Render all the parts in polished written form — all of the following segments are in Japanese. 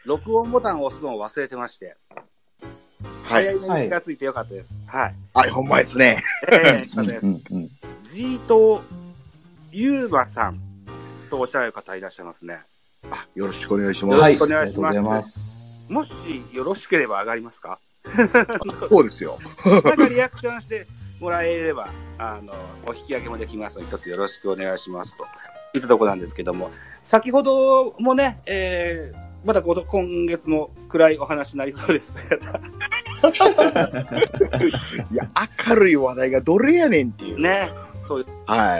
録音ボタンを押すのを忘れてまして。 はい。 早いに気がついてよかったです。はい。 はい、ほんまですね。 よかったです。ジートユーマさんとおっしゃる方いらっしゃいますね。 あ、よろしくお願いします。 よろしくお願いします。 ありがとうございます。 もしよろしければ上がりますか？ そうですよ。 なんかリアクションしてもらえれば、お引き上げもできますので、一つよろしくお願いしますといったところなんですけども、先ほどもね、まだ今月も暗いお話になりそうです。 いや、明るい話題がどれやねんっていう。 ね。そうです。 はい。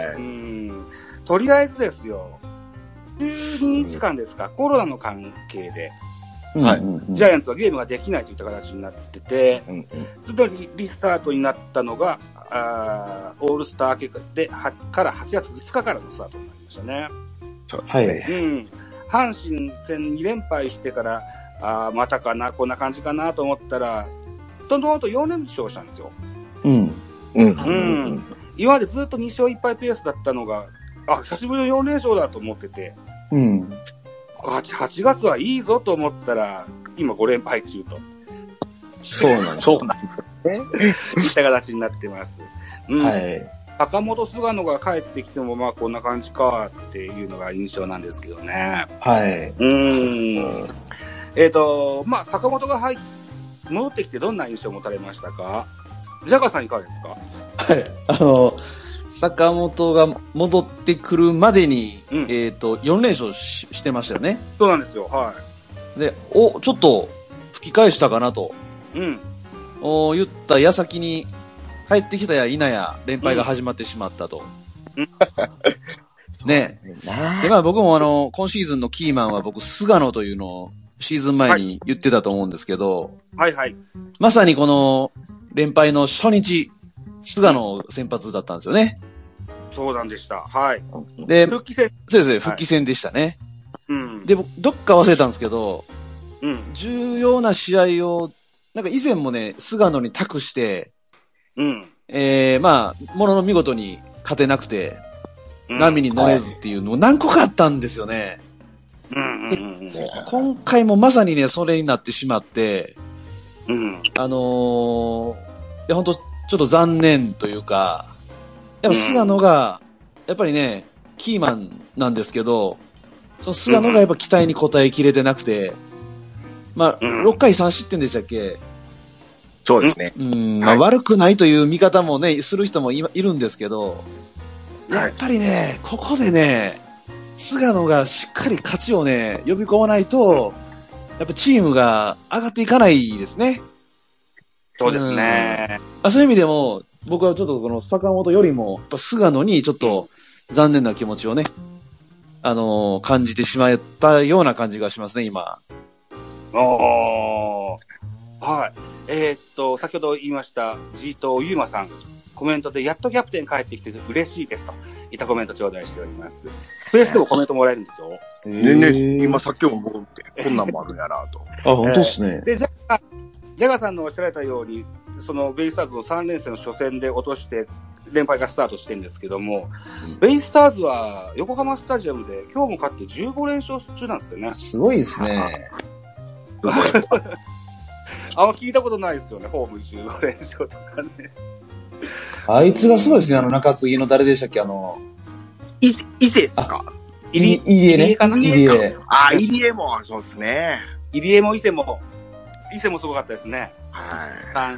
とりあえずですよ、12日間ですか、コロナの関係で、 はい。 ジャイアンツはゲームができないといった形になってて、それでリスタートになったのが、オールスター明けで、から8月2日からのスタートになりましたね。 そうですね。 阪神戦2連敗してから、またかな、こんな感じかなと思ったら、どんどんと4連勝したんですよ。今までずっと2勝1敗ペースだったのが、久しぶりの4連勝だと思ってて、8月はいいぞと思ったら、今5連敗中と。 そうなんです。 そうなんですね。 いった形になってます。 はい。 坂本菅野が帰ってきても、まあこんな感じかっていうのが印象なんですけどね。 はい。 まあ坂本が戻ってきてどんな印象を持たれましたか？ジャガーさんいかがですか？ はい。坂本が戻ってくるまでに、4連勝してましたよね。 そうなんですよ。はい。 で、ちょっと吹き返したかなと。言った矢先に、帰ってきたや否や連敗が始まってしまったと。ね。で、まあ僕も今シーズンのキーマンは僕、菅野というのをシーズン前に言ってたと思うんですけど、 はいはい。 まさにこの連敗の初日、菅野先発だったんですよね。 そうなんでした。はい。 で、 復帰戦。 そうですね、復帰戦でしたね。で、どっか忘れたんですけど、重要な試合を、なんか以前もね、菅野に託して、まあ、ものの見事に勝てなくて、波に乗れずっていうのも何個かあったんですよね。今回もまさにね、それになってしまって、いや、本当ちょっと残念というか、やっぱ菅野が、やっぱりね、キーマンなんですけど、その菅野がやっぱ期待に応えきれてなくて、まあ、6回3失点でしたっけ？ そうですね。 まあ、悪くないという見方もね、する人もいるんですけど、やっぱりね、ここでね、菅野がしっかり勝ちをね、呼び込まないと、やっぱチームが上がっていかないですね。 そうですね。 そういう意味でも、僕はちょっとこの坂本よりも、やっぱ菅野にちょっと残念な気持ちをね、感じてしまったような感じがしますね、今。 はい。先ほど言いました、ジートユーマさん、コメントで、やっとキャプテン帰ってきて嬉しいですと、いったコメント頂戴しております。スペースでもコメントもらえるんですよ。 今さっきも僕って、こんなんもあるんやなと。 本当ですね。 で、ジャガさんのおっしゃられたように、そのベイスターズの3連戦の初戦で落として、連敗がスタートしてるんですけども、ベイスターズは横浜スタジアムで今日も勝って15連勝中なんですよね。 すごいですね。 あんま聞いたことないですよね、ホーム15連勝とかね。 あいつがすごいですね、中継ぎの誰でしたっけ、 伊勢ですか？ 入江ね。入江。 入江も、そうですね。 入江も伊勢もすごかったですね。 はい。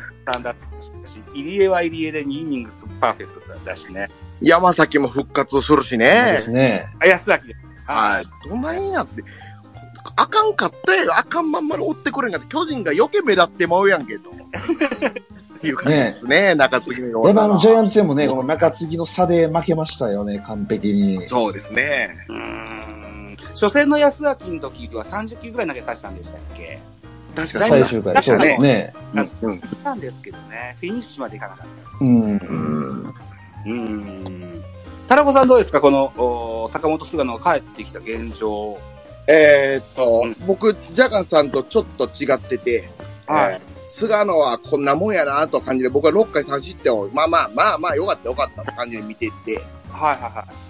単だったし、入江は入江で2イニングスパーフェクトだしね。 山崎も復活するしね。 そうですね。 安崎。 はい。どないになって、あかんかったやろ、あかんまんまで追ってくれんかって、巨人が余計目立ってまうやんけど。いう感じですね、中継ぎの。 やっぱジャイアンツ戦もね、この中継ぎの差で負けましたよね、完璧に。 そうですね。 初戦の安崎の時は30球ぐらい投げさせたんでしたっけ？ 確かに。 最終回。そうですね。 たんですけどね、フィニッシュまでいかなかったです。タラコさんどうですか、この坂本菅野が帰ってきた現状。 僕、ジャガーさんとちょっと違ってて、菅野はこんなもんやなと感じで、僕は6回3失点を、まあ、よかったって感じで見てて、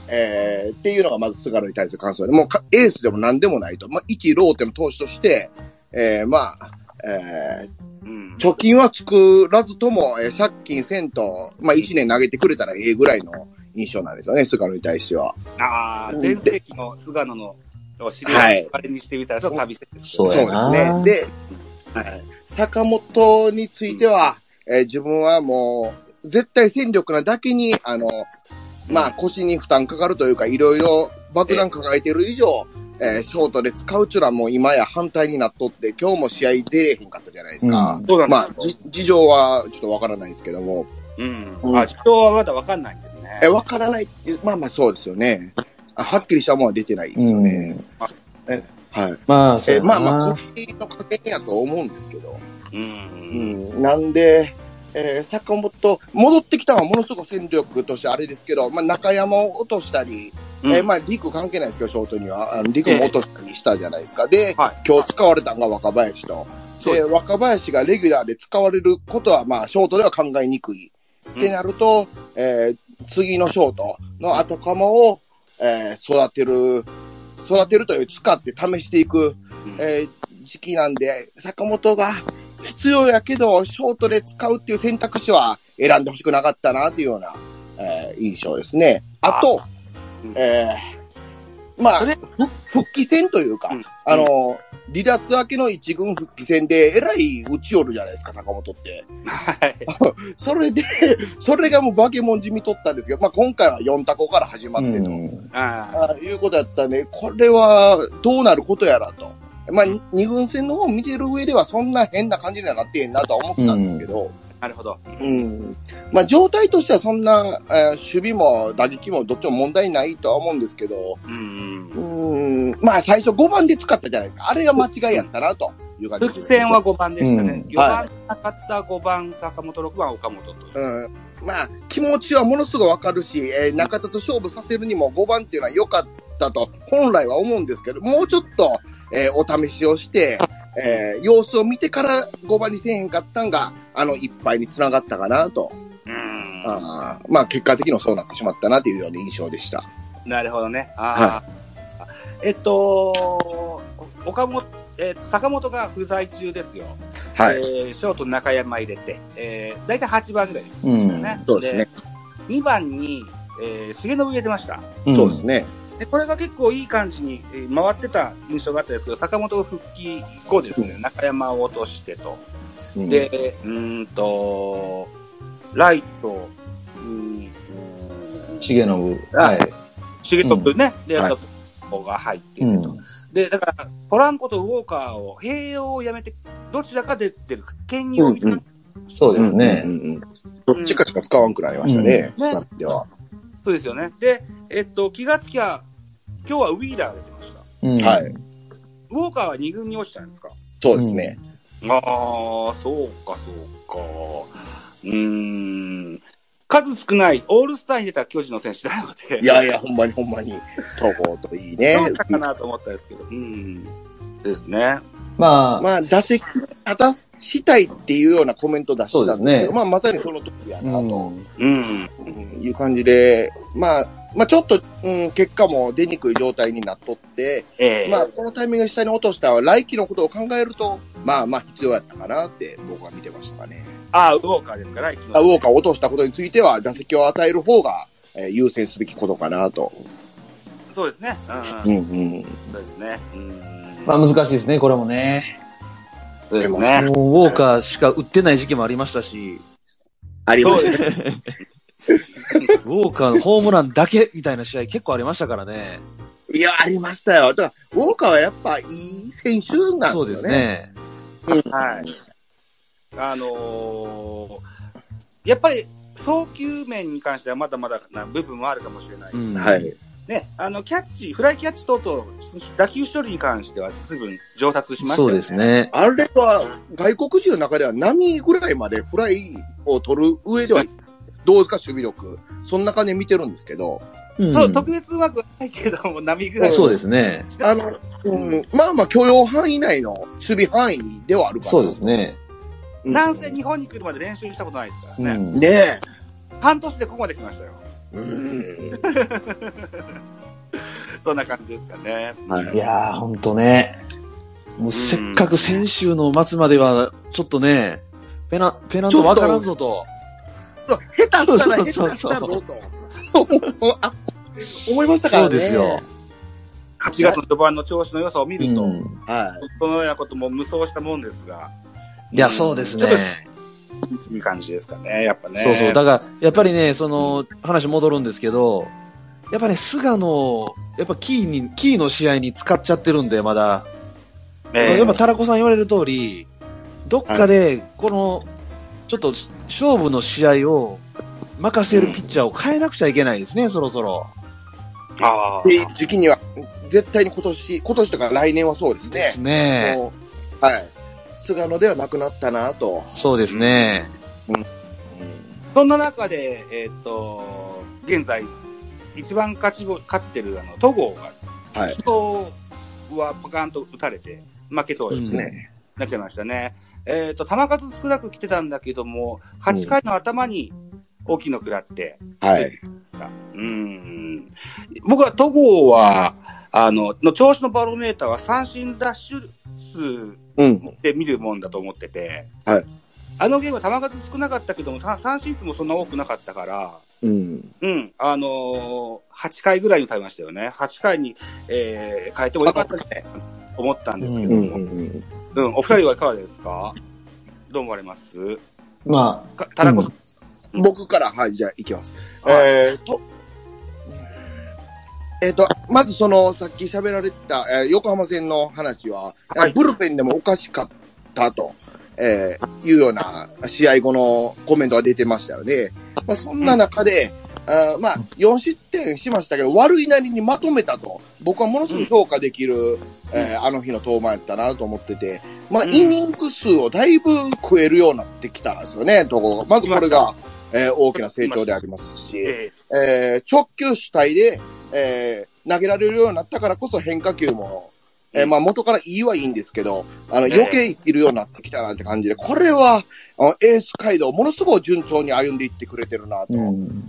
っていうのがまず菅野に対する感想で、もうエースでも何でもないと。一ローテの投手として、 貯金は作らずとも、借金せんと、1年投げてくれたらええぐらいの印象なんですよね、菅野に対しては。 前世紀の菅野の知り合いあれにしてみたらちょっと寂しいですそうですね。で、坂本については、自分はもう、絶対戦力なだけに、腰に負担かかるというか、いろいろ爆弾抱えてる以上、ショートで使うっちゅうのはもう今や反対になっとって、今日も試合出れへんかったじゃないですか。事情はちょっとわからないですけども。 事情はまだわかんないんですね。 わからないって、そうですよね。はっきりしたものは出てないですよね。はい。こっちの加減やと思うんですけど。なんで、坂本、戻ってきたのはものすごく戦力としてあれですけど、中山を落としたり、陸関係ないですけど、ショートには。陸も落としたりしたじゃないですか。で、今日使われたのが若林と。で、若林がレギュラーで使われることは、ショートでは考えにくい。ってなると、次のショートの後釜を、育てるという使って試していく、時期なんで、坂本が必要やけど、ショートで使うっていう選択肢は選んでほしくなかったな、というような、印象ですね。あと、復帰戦というか、離脱明けの一軍復帰戦で、えらい打ち寄るじゃないですか、坂本って。それがもう化け物じみとったんですけど、今回は4タコから始まってと、いうことやったんで、これはどうなることやらと。二軍戦の方を見てる上ではそんな変な感じにはなってへんなとは思ってたんですけど、 なるほど。 状態としてはそんな、守備も打撃もどっちも問題ないとは思うんですけど、最初5番で使ったじゃないですか。あれが間違いやったなという感じです。 復戦は5番でしたね。4番なかった5番坂本、6番岡本と。 気持ちはものすごいわかるし、中田と勝負させるにも5番っていうのは良かったと本来は思うんですけど、もうちょっと、お試しをして、様子を見てから5番にせえへんかったんが、一敗につながったかなと。結果的にもそうなってしまったなというような印象でした。 なるほどね。岡本、坂本が不在中ですよ。ショート中山入れて、だいたい8番ぐらいでしたよね。 そうですね。 2番に、重信入れてました。 そうですね。 で、これが結構いい感じに回ってた印象があったんですけど、坂本復帰後ですね、中山を落としてと。で、ライト、 重信。 重信ね。で、あと、が入っててと。で、だから、ポランコとウォーカーを、併用をやめて、どちらか出てる。兼用みたいな。 そうですね。 どっちかしか使わんくなりましたね、スタッフでは。 そうですよね。で、気がつきゃ、今日はウィーラー出てました。 ウォーカーは2軍に落ちたんですか？ そうですね。 そうか。数少ないオールスターに出た巨人の選手なので。 いや、ほんまに、投稿といいね。 どうかなと思ったんですけど。ですね。 打席立たしたいっていうようなコメント出してたんですけど、まさにその時やなと。いう感じで、ちょっと、結果も出にくい状態になっとって、このタイミングで下に落とした来季のことを考えると、必要やったかなって僕は見てましたかね。 ウォーカーですから、 ウォーカーを落としたことについては、打席を与える方が、優先すべきことかなと。 そうですね。そうですね。 難しいですね、これもね。 そうですね。 ウォーカーしか打ってない時期もありましたし。 ありましたね。 ウォーカーのホームランだけみたいな試合結構ありましたからね。 いや、ありましたよ。だから、ウォーカーはやっぱいい選手なんですよね。そうですね。 やっぱり、送球面に関してはまだまだな部分もあるかもしれない。ね、フライキャッチ等々、打球処理に関しては随分上達しましたよね。 そうですね。 あれは、外国人の中では波ぐらいまでフライを取る上では、どうですか、守備力。そんな感じで見てるんですけど。 そう、特別うまくはないけども、波ぐらい。 そうですね。 許容範囲内の守備範囲ではあるから。 そうですね。 なんせ日本に来るまで練習したことないですからね。 ねえ。 半年でここまで来ましたよ。そんな感じですかね。 いやー、ほんとね。 もうせっかく先週の末までは、ちょっとね、ペナントわからんぞと。 下手したら下手したぞと。思いましたからね。 そうですよ。 8月の序盤の調子の良さを見ると、はい。そのようなことも無双したもんですが。 いや、そうですね。 いい感じですかね、やっぱね。 そうそう。だから、やっぱりね、話戻るんですけど、やっぱね、菅野、やっぱキーの試合に使っちゃってるんで、まだ。やっぱタラコさん言われる通り、どっかで、ちょっと勝負の試合を任せるピッチャーを変えなくちゃいけないですね、そろそろ。 で、時期には、絶対に今年とか来年はそうですね。 ですね。 はい。菅野ではなくなったなと。 そうですね。 そんな中で、現在、一番勝ってる戸郷が、はい。人はパカーンと打たれて、負けそうですね。なっちゃいましたね。球数少なく来てたんだけども、8回の頭に大きいの食らって、 はい。 僕は戸郷は、の調子のバロメーターは三振ダッシュ数で見るもんだと思ってて、 はい。 あのゲームは球数少なかったけども、三振数もそんな多くなかったから、8回ぐらいに耐えましたよね。8回に、変えてもよかったね。思ったんですけども。お二人はいかがですか？どう思われます？ まあ、 タラコさんですか？ 僕から、はい、じゃあ、いきます。まずさっき喋られてた、横浜戦の話は、ブルペンでもおかしかったと、いうような試合後のコメントが出てましたよね。まあ、そんな中で、まあ、4失点しましたけど、悪いなりにまとめたと、僕はものすごく評価できる、あの日の登板やったなと思ってて、まあ、イニング数をだいぶ食えるようになってきたんですよね、まずこれが、大きな成長でありますし、直球主体で、投げられるようになったからこそ変化球も、まあ元からいいはいいんですけど、余計いけるようになってきたなって感じで、これは、エース街道ものすごく順調に歩んでいってくれてるなと。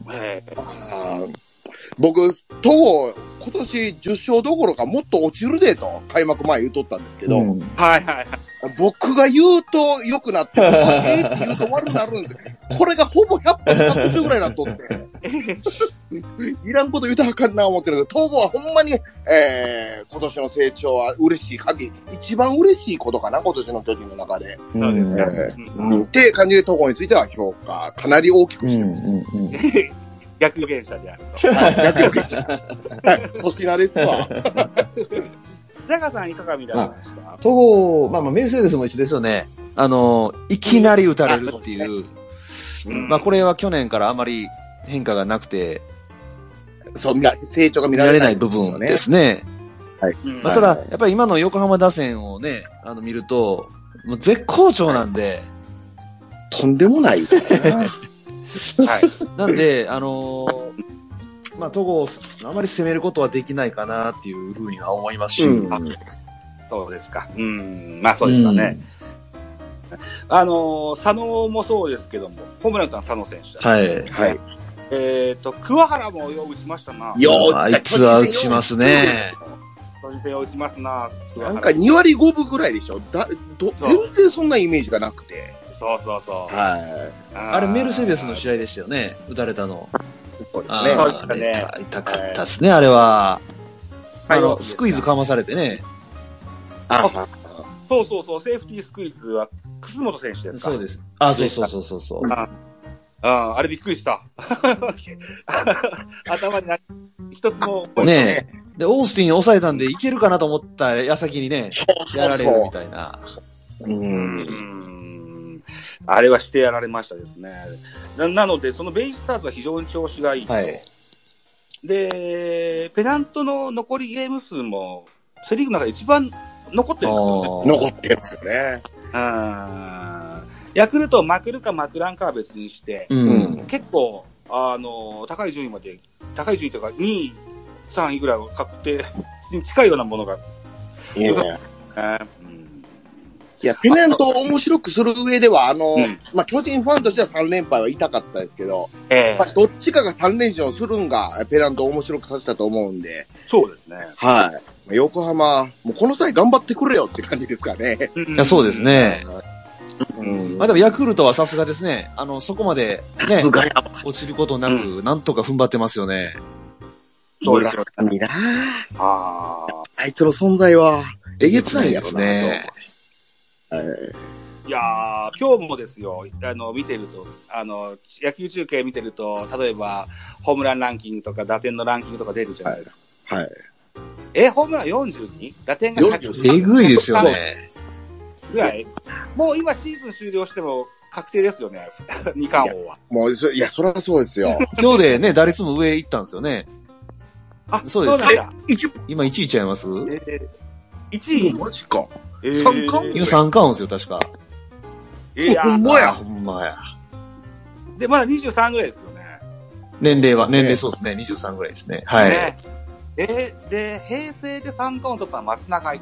僕、戸郷、今年10勝どころかもっと落ちるでと、開幕前言うとったんですけど、僕が言うと良くなって、って言うと悪くなるんですよ。これがほぼ100分100中ぐらいになっとって、いらんこと言うたらあかんな思ってるんですけど、戸郷はほんまに、今年の成長は嬉しい限り、一番嬉しいことかな、今年の巨人の中で。って感じで戸郷については評価、かなり大きくしてます。 逆現象であると。はい、逆現象。はい、粗品ですわ。 ジャガさんいかが見られました？ 戸郷、まあメルセデスも一緒ですよね。いきなり打たれるっていう。まあこれは去年からあまり変化がなくて、 そう、成長が見られない部分ですね。 はい。 まあただ、やっぱり今の横浜打線をね、見ると、もう絶好調なんで。 とんでもない。 はい。なんで、まあ、戸郷、あまり攻めることはできないかなっていうふうには思いますし。 そうですか。まあそうですかね。佐野もそうですけども、ホームラン打ったのは佐野選手。 はい。 はい。 桑原もよう打ちましたな。 あいつは打ちますね。 打ちますな。 なんか2割5分ぐらいでしょ。全然そんなイメージがなくて。 そう。 はい。 あれメルセデスの試合でしたよね。打たれたの。 そうですね。 痛かったですね、あれは。スクイズかまされてね。 そう。セーフティースクイズは、楠本選手ですか？ そうです。そう。 あれびっくりした。頭に一つも。 ねえ。で、オースティン抑えたんでいけるかなと思った矢先にね、やられるみたいな。 あれはしてやられましたですね。なので、そのベイスターズは非常に調子がいいと。で、ペナントの残りゲーム数も、セリーグの中で一番残ってるんですよね。残ってるんですよね。 ヤクルトをまくるかまくらんかは別にして、結構、高い順位というか、2位、3位ぐらいを確定に近いようなものが。 いや、ペナントを面白くする上では、まあ、巨人ファンとしては3連敗は痛かったですけど、まあ、どっちかが3連勝するんが、ペナントを面白くさせたと思うんで。 そうですね。 はい。 横浜、もうこの際頑張ってくれよって感じですかね。 いや、そうですね。まあでもヤクルトはさすがですね。そこまでね、落ちることなく、なんとか踏ん張ってますよね。 そうですよ。あいつの存在は、えげつないやろな。ね。 いやー、今日もですよ、見てると、野球中継見てると、例えば、ホームランランキングとか打点のランキングとか出るじゃないですか。はい。ホームラン 42？ 打点が100。 えぐいですよね。 ぐらい。もう今シーズン終了しても確定ですよね、二冠王は。 もう、いや、それはそうですよ。 今日でね、打率も上行ったんですよね。 あ、そうです。 今1位ちゃいます 1位マジか。 3冠今3冠ですよ、確か。 ほんまや。 ほんまや。 で、まだ23ぐらいですよね。 年齢そうですね。23ぐらいですね。はい。 で、平成で三冠を取ったのは松永。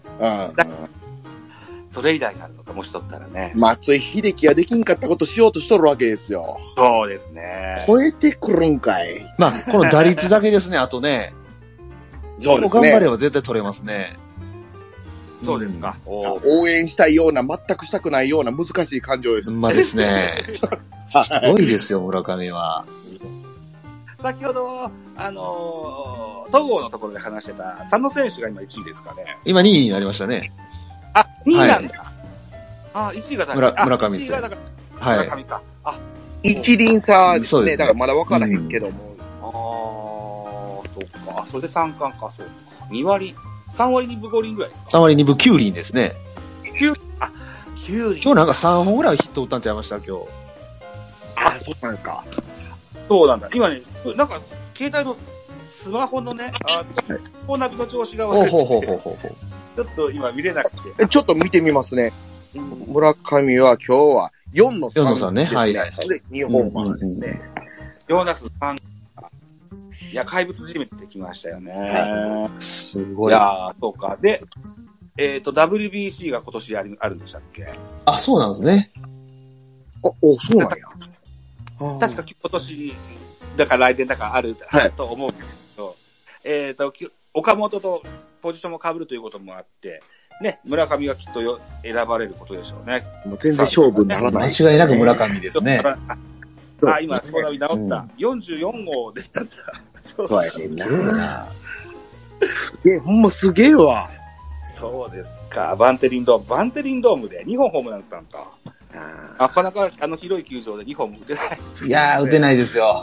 それ以来になるのか、もし取ったらね。 松井秀喜ができんかったことしようとしとるわけですよ。 そうですね。 超えてくるんかい。 まあ、この打率だけですね、あとね。 そうですね。 頑張れば絶対取れますね。 そうですか。 応援したいような、全くしたくないような難しい感情です。 まあですね。すごいですよ、村上は。 先ほど、戸郷のところで話してた佐野選手が今1位ですかね。 今2位になりましたね。 あ、2位なんだ。1位が誰村上です。 1位が村上か。 一輪差ですね。だからまだ分からへんけども。 そうか。それで3冠か、そうか。2割、3割2分5厘ぐらいですか ?3 割2分9厘ですね。 9厘。 今日なんか3本ぐらいヒット打ったんちゃいました、今日。 そうなんですか。 そうなんだ。今ね、なんか、携帯のスマホのね、フォーナビの調子が悪い。ちょっと今見れなくて。 ちょっと見てみますね。村上は今日は4の3。 4の3ね。はい。 で、2ホーマーですね。 4打数3。いや、怪物じめてきましたよね。 すごい。 いやそうか。で、WBC が今年あるんでしたっけ？ あ、そうなんですね。 そうなんや。 確か今年、だから来年だからあると思うんですけど、岡本とポジションも被るということもあって、ね、村上はきっと選ばれることでしょうね。 もう全然勝負にならない、 間違いなく村上ですね。 今、そうなり治った。44号でしたんだ。 そうやねんな。ほんますげえわ。 そうですか。バンテリンドームで2本ホームラン打ったんか。なかなか広い球場で2本も打てないですね。 いやー、打てないですよ。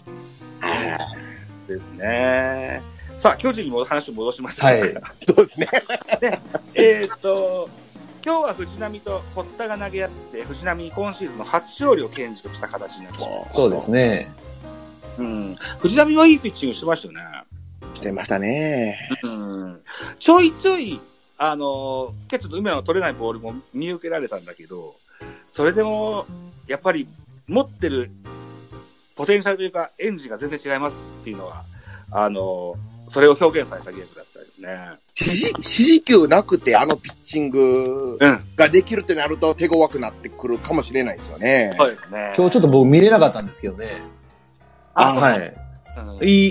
ですね。さあ、巨人に話を戻しました。 はい。そうですね。 で、今日は藤浪と堀田が投げ合って、藤浪今シーズンの初勝利を堅持とした形になりました。 そうですね。 藤浪はいいピッチングしてましたよね。 してましたね。 ちょいちょい、ちょっと梅の取れないボールも見受けられたんだけど、それでも、やっぱり持ってるポテンシャルというか、エンジンが全然違いますっていうのは、それを表現されたゲームだったですね。 指示球なくてピッチングができるってなると手強くなってくるかもしれないですよね。 そうですね。 今日ちょっと僕見れなかったんですけどね。はい。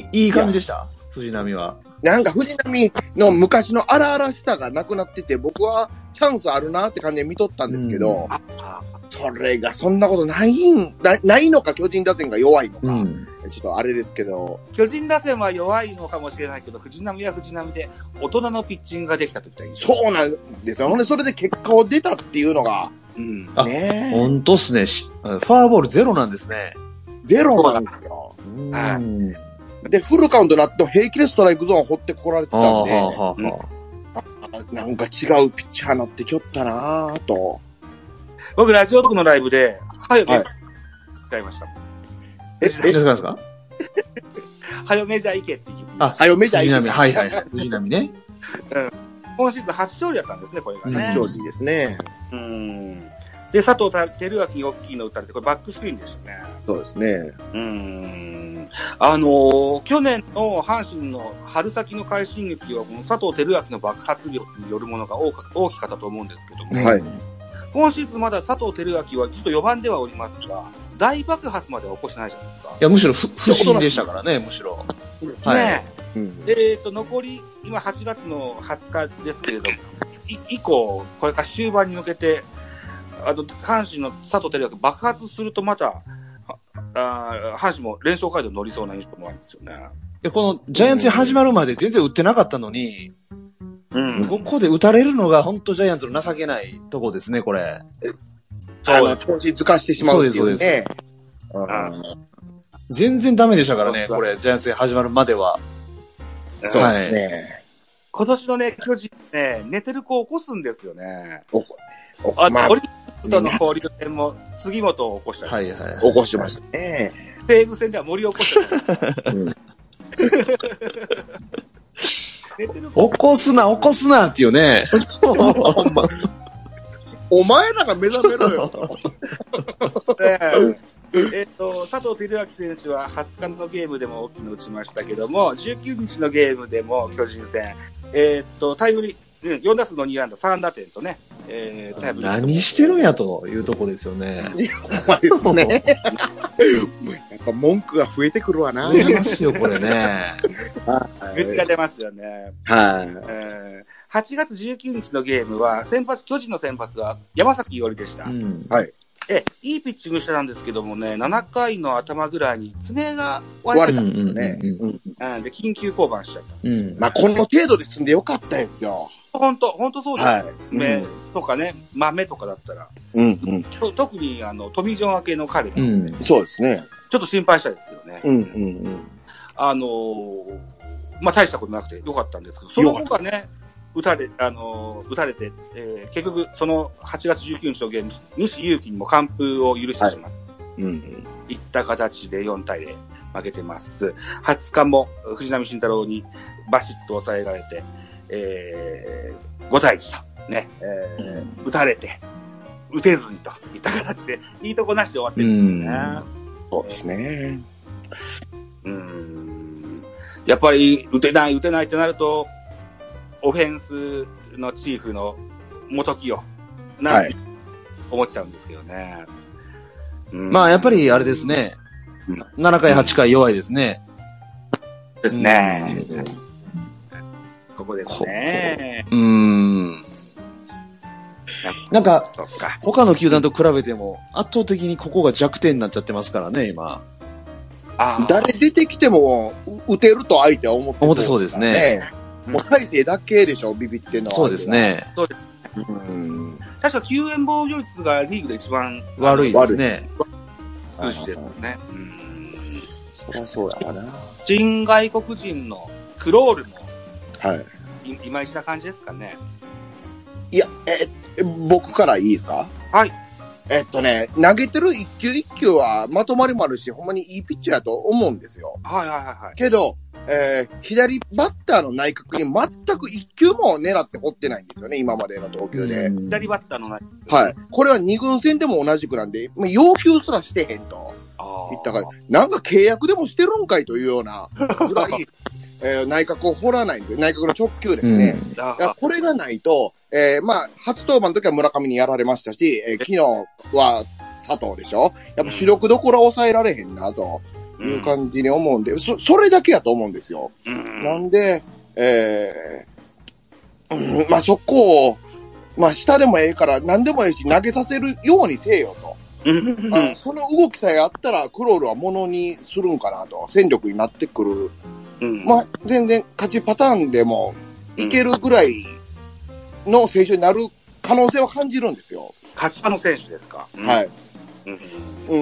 いい感じでした？藤浪は。 なんか藤浪の昔の荒々しさがなくなってて、僕はチャンスあるなって感じで見とったんですけど、それがそんなことないのか、巨人打線が弱いのか、ちょっとあれですけど。 巨人打線は弱いのかもしれないけど、藤浪は藤浪で大人のピッチングができたと言ったらいいですか？ そうなんですよ。ほんで、それで結果を出たっていうのが、 ね。ほんとっすね。フォアボールゼロなんですね。 ゼロなんですよ。で、フルカウントになって平気でストライクゾーンを掘ってこられてたんで、なんか違うピッチャーになってきよったなぁと。 僕、ラジオとこのライブで、使いました。 ですかはよメジャー行けって言う。 はよメジャー行け。 はい。藤浪ね。 今シーズン初勝利だったんですね、これがね。 初勝利ですね。 で、佐藤輝明に大きいの打たれて、これバックスクリーンでしたね。 そうですね。 去年の阪神の春先の快進撃は、この佐藤輝明の爆発力によるものが大きかったと思うんですけども、今シーズンまだ佐藤輝明はずっと4番ではおりますが、大爆発までは起こしてないじゃないですか。 いや、むしろ不振でしたからね、むしろ。 そうですね。 残り、今8月の20日ですけれども、以降、これから終盤に向けて、阪神の佐藤輝明爆発するとまた、阪神も連勝街道乗りそうな印象もあるんですよね。 このジャイアンツに始まるまで全然打ってなかったのに、ここで打たれるのが本当ジャイアンツの情けないとこですね、これ。 調子づかしてしまうっていうね。そうです。 全然ダメでしたからね、これ、ジャイアンツに始まるまでは。 そうですね。 今年のね、巨人ね、寝てる子を起こすんですよね。オリックスとの交流戦も杉本を起こしたり。 はいはい。起こしましたね。 西武戦では森を起こしたり。 起こすなっていうね。 お前らが目覚めろよ。 佐藤輝明選手は20日のゲームでも大きく打ちましたけども、19日のゲームでも巨人戦、タイムリー、4打数の2安打3打点とね、 タイムリー。何してるんやというとこですよね。 ほんまですね。やっぱ文句が増えてくるわな。 出ますよ、これね。 愚痴が出ますよね。 はい。 8月19日のゲームは、巨人の先発は山崎伊織でした。 はい。 いいピッチングしてたんですけどもね、7回の頭ぐらいに爪が割れたんですよね。で、緊急降板しちゃった。 まあ、この程度で済んでよかったですよ。 本当そうです。爪とかね、豆とかだったら。特に、トミー・ジョン明けの彼が、 そうですね。 ちょっと心配したいですけどね。まあ、大したことなくてよかったんですけど、その後がね、打たれて、結局、その8月19日のゲーム、西勇輝にも完封を許してしまった。いった形で4対0負けてます。20日も藤浪晋太郎にバシッと抑えられて、5対1と、ね、打たれて、打てずにといった形で、いいとこなしで終わってるんですよね。 そうですね。 やっぱり、打てないってなると、オフェンスのチーフの元木よ。なんて思っちゃうんですけどね。 まあ、やっぱりあれですね。7回、8回弱いですね。 ですね。ここですね。 なんか、他の球団と比べても、圧倒的にここが弱点になっちゃってますからね、今。 誰出てきても、打てると相手は思ってそうですね。 もう大勢だけでしょ、ビビってんのは。 そうですね。 確か救援防御率がリーグで一番悪いですね。 そりゃそうやわな。 新外国人のクロールも、 はい。 いまいちな感じですかね。 いや、僕からいいですか？ はい。 投げてる一球一球はまとまりもあるし、ほんまにいいピッチャーやと思うんですよ。 はい。 けど、左バッターの内角に全く一球も狙って掘ってないんですよね、今までの投球で。 左バッターの内角。はい。これは二軍戦でも同じくなんで、要求すらしてへんと。言ったから、なんか契約でもしてるんかいというようなぐらい、内角を掘らないんですよ。内角の直球ですね。これがないと、まあ、初登板の時は村上にやられましたし、昨日は佐藤でしょ？やっぱ主力どころは抑えられへんな、という感じに思うんで、それだけやと思うんですよ。なんで、まあ、そこを、まあ、下でもええから、何でもええし、投げさせるようにせえよと。その動きさえあったら、クロールはものにするんかなと。戦力になってくる。まあ、全然勝ちパターンでもいけるぐらいの選手になる可能性は感じるんですよ。 勝ちパの選手ですか？ はい。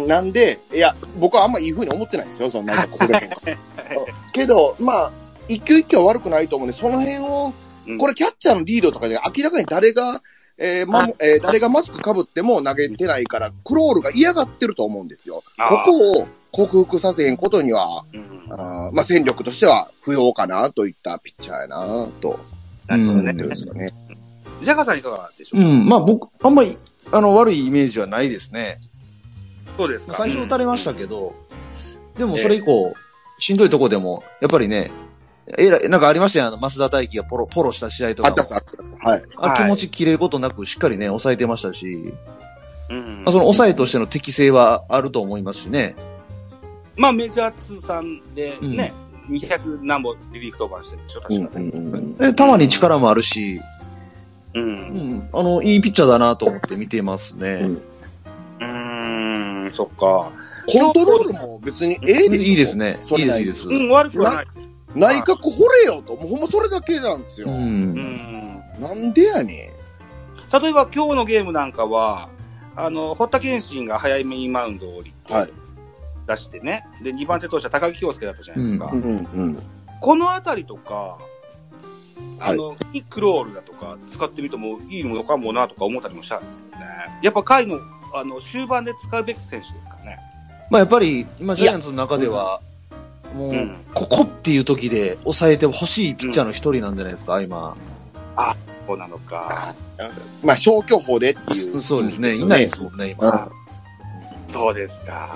なんで、いや、僕はあんまいい風に思ってないんですよ、そのなんかここで。けど、まあ、一球一球は悪くないと思うんで、その辺を、これキャッチャーのリードとかで明らかに誰がマスク被っても投げてないから、クロールが嫌がってると思うんですよ。ここを克服させへんことには、まあ、戦力としては不要かなといったピッチャーやなと。 なるほどね。 ですよね。 ジャガさんいかがでしょうか？ まあ僕、あんまり、悪いイメージはないですね。 そうですか。 最初打たれましたけど、でもそれ以降、しんどいとこでも、やっぱりね、なんかありましたよ、増田大輝がポロした試合とかも。 あった。はい。 気持ち切れることなくしっかりね、抑えてましたし、その抑えとしての適性はあると思いますしね。 まあメジャー通算でね、 200何本リリーフ登板してるでしょ、確かに。 たまに力もあるし、いいピッチャーだなと思って見てますね。 そっか。 コントロールも別にいいですね。いいです、いいです。 悪くはない。 内角掘れよと。もうほんまそれだけなんですよ。なんでやねん。 例えば今日のゲームなんかは、堀田健信が早めにマウンドを降りて、出してね。で、2番手投手は高木京介だったじゃないですか。このあたりとか、クロールだとか使ってみてもいいのかもなとか思ったりもしたんですけどね。やっぱ回の、終盤で使うべき選手ですかね。 まあやっぱり、今ジャイアンツの中では、もう、ここっていう時で抑えてほしいピッチャーの一人なんじゃないですか、今。 あ、そうなのか。 まあ消去法でっていう。 そうですね。いないですもんね、今。 そうですか。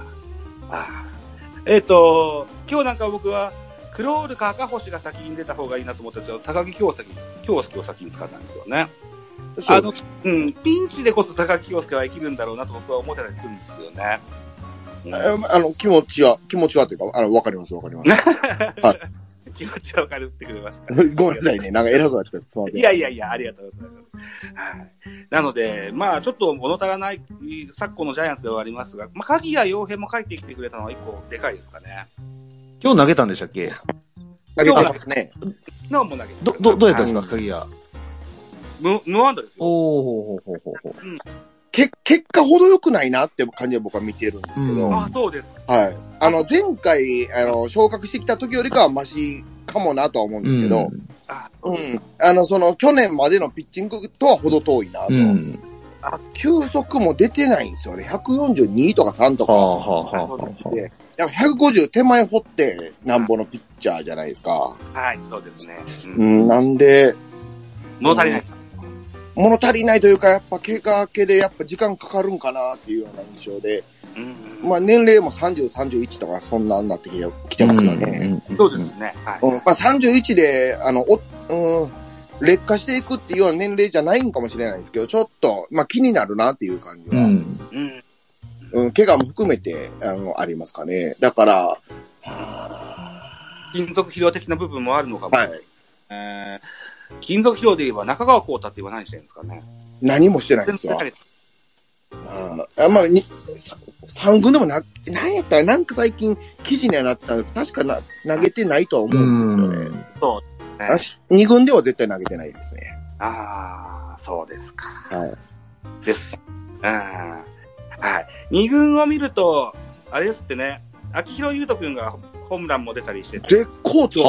今日なんか僕は、クロールか赤星が先に出た方がいいなと思ったんですけど、高木京介を先に使ったんですよね。ピンチでこそ高木京介は生きるんだろうなと僕は思ってたりするんですけどね。 気持ちはというか、わかります。はい。 気持ちはわかるってくれますかごめんなさいね。なんか偉そうだったです。すみません。 いや、ありがとうございます。なので、まあ、ちょっと物足らない昨今のジャイアンツではありますが、まあ、鍵谷陽平も帰ってきてくれたのは一個でかいですかね。 今日投げたんでしたっけ？ 投げてますね。 今日も投げてどうやったんですか、鍵谷。 無安打ですよ。 結果ほど良くないなって感じは僕は見てるんですけど。 あ、そうですか。 はい。前回、昇格してきた時よりかはマシかもなとは思うんですけど、去年までのピッチングとはほど遠いなと。球速も出てないんですよね。142とか3とか。で、150手前掘ってなんぼのピッチャーじゃないですか。 はい、そうですね。 なんで、 物足りない。 物足りないというか、やっぱ怪我明けでやっぱ時間かかるんかなっていうような印象で、まあ年齢も30、31とかそんなになってきてますよね。 そうですね。 まあ31で、劣化していくっていうような年齢じゃないんかもしれないですけど、ちょっと、まあ気になるなっていう感じは、怪我も含めて、ありますかね。だから、 金属疲労的な部分もあるのかも。はい。金属疲労で言えば中川幸太って言わ何してるんですかね。 何もしてないですよ。まあ、3軍でもなんやったらなんか最近記事にはなったら確か投げてないとは思うんですよね。そう。2軍では絶対投げてないですね。 そうですか。 はい。 ですね。はい。2軍を見ると、あれですってね、秋広優斗くんがホームランも出たりしてて。 絶好調。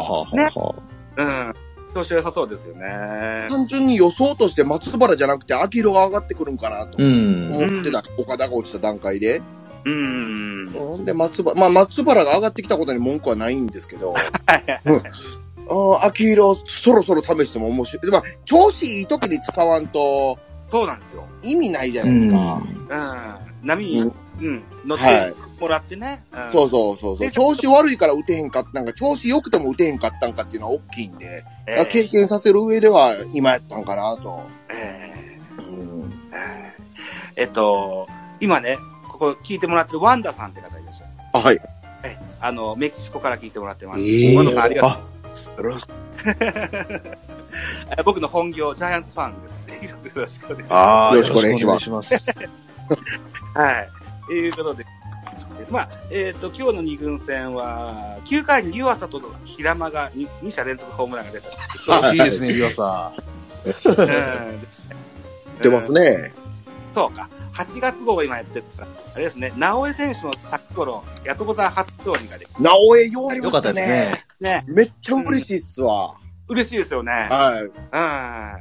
調子良さそうですよね。 単純に予想として松原じゃなくて秋広が上がってくるんかなと思ってた。岡田が落ちた段階で。で、松原が上がってきたことに文句はないんですけど。秋広そろそろ試しても面白い。まあ、調子いい時に使わんと。 そうなんですよ。 意味ないじゃないですか。 波に、乗ってもらってね。 そう。調子悪いから打てへんかったんか、調子良くても打てへんかったんかっていうのは大きいんで、経験させる上では今やったんかなと。 今ね、ここ聞いてもらってるワンダさんって方いらっしゃいます。 はい。 メキシコから聞いてもらってます。ワンダさんありがとう。僕の本業、ジャイアンツファンですね。よろしくお願いします。 よろしくお願いします。 はい。ということで、まあ、今日の2軍戦は、9回に湯浅と平間が 2者連続ホームランが出た。 調子いいですね、湯浅。 出ますね。 そうか。8月号が今やってるから、あれですね、直江選手の先頃、ヤトボザ初勝利ができた。 直江よかったですね。 めっちゃ嬉しいっすわ。 嬉しいですよね。 はい。 今日は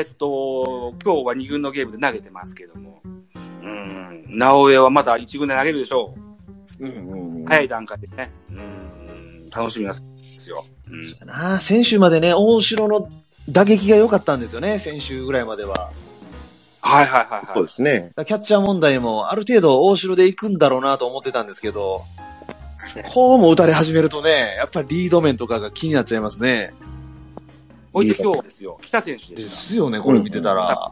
2軍のゲームで投げてますけども。直江はまだ1軍で投げるでしょう。早い段階でね。楽しみですよ。 先週までね、大城の打撃が良かったんですよね、先週ぐらいまでは。 はい。 そうですね。 キャッチャー問題もある程度大城で行くんだろうなと思ってたんですけど、こうも打たれ始めるとね、やっぱりリード面とかが気になっちゃいますね。 おいで今日ですよ。北選手ですよね、これ見てたら。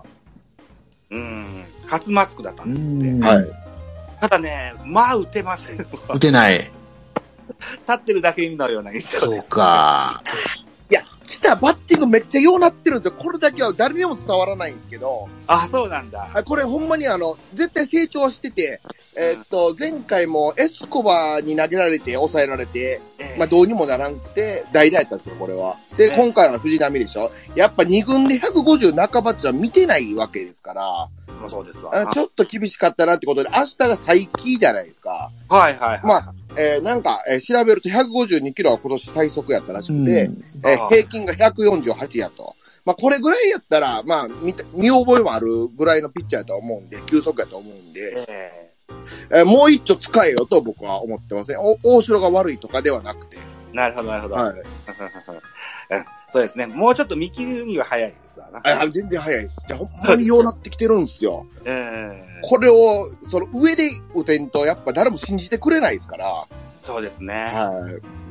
初マスクだったんですって。 はい。 ただね、まあ打てません。 打てない。 立ってるだけのような印象です。 そうか。 いや、来たバッティングめっちゃようなってるんですよ。これだけは誰にも伝わらないんですけど。 あ、そうなんだ。 これほんまに絶対成長してて、前回もエスコバに投げられて抑えられて、まあどうにもならんくて、代打やったんですけど、これは。で、今回は藤浪でしょ。やっぱ2軍で150半ばってのは見てないわけですから。 そうですわ。 ちょっと厳しかったなってことで、明日が最期じゃないですか。 はいはいはい。 まあ、なんか、調べると152キロは今年最速やったらしくて、平均が148やと。まあ、これぐらいやったら、まあ、見覚えもあるぐらいのピッチャーやと思うんで、急速やと思うんで、もう一丁使えよと僕は思ってません。大城が悪いとかではなくて。 なるほど、なるほど。はい。そうですね。もうちょっと見切るには早いですわな。 全然早いです。いや、ほんまにようなってきてるんですよ。これを、上で打てんと、やっぱ誰も信じてくれないですから。 そうですね。 はい。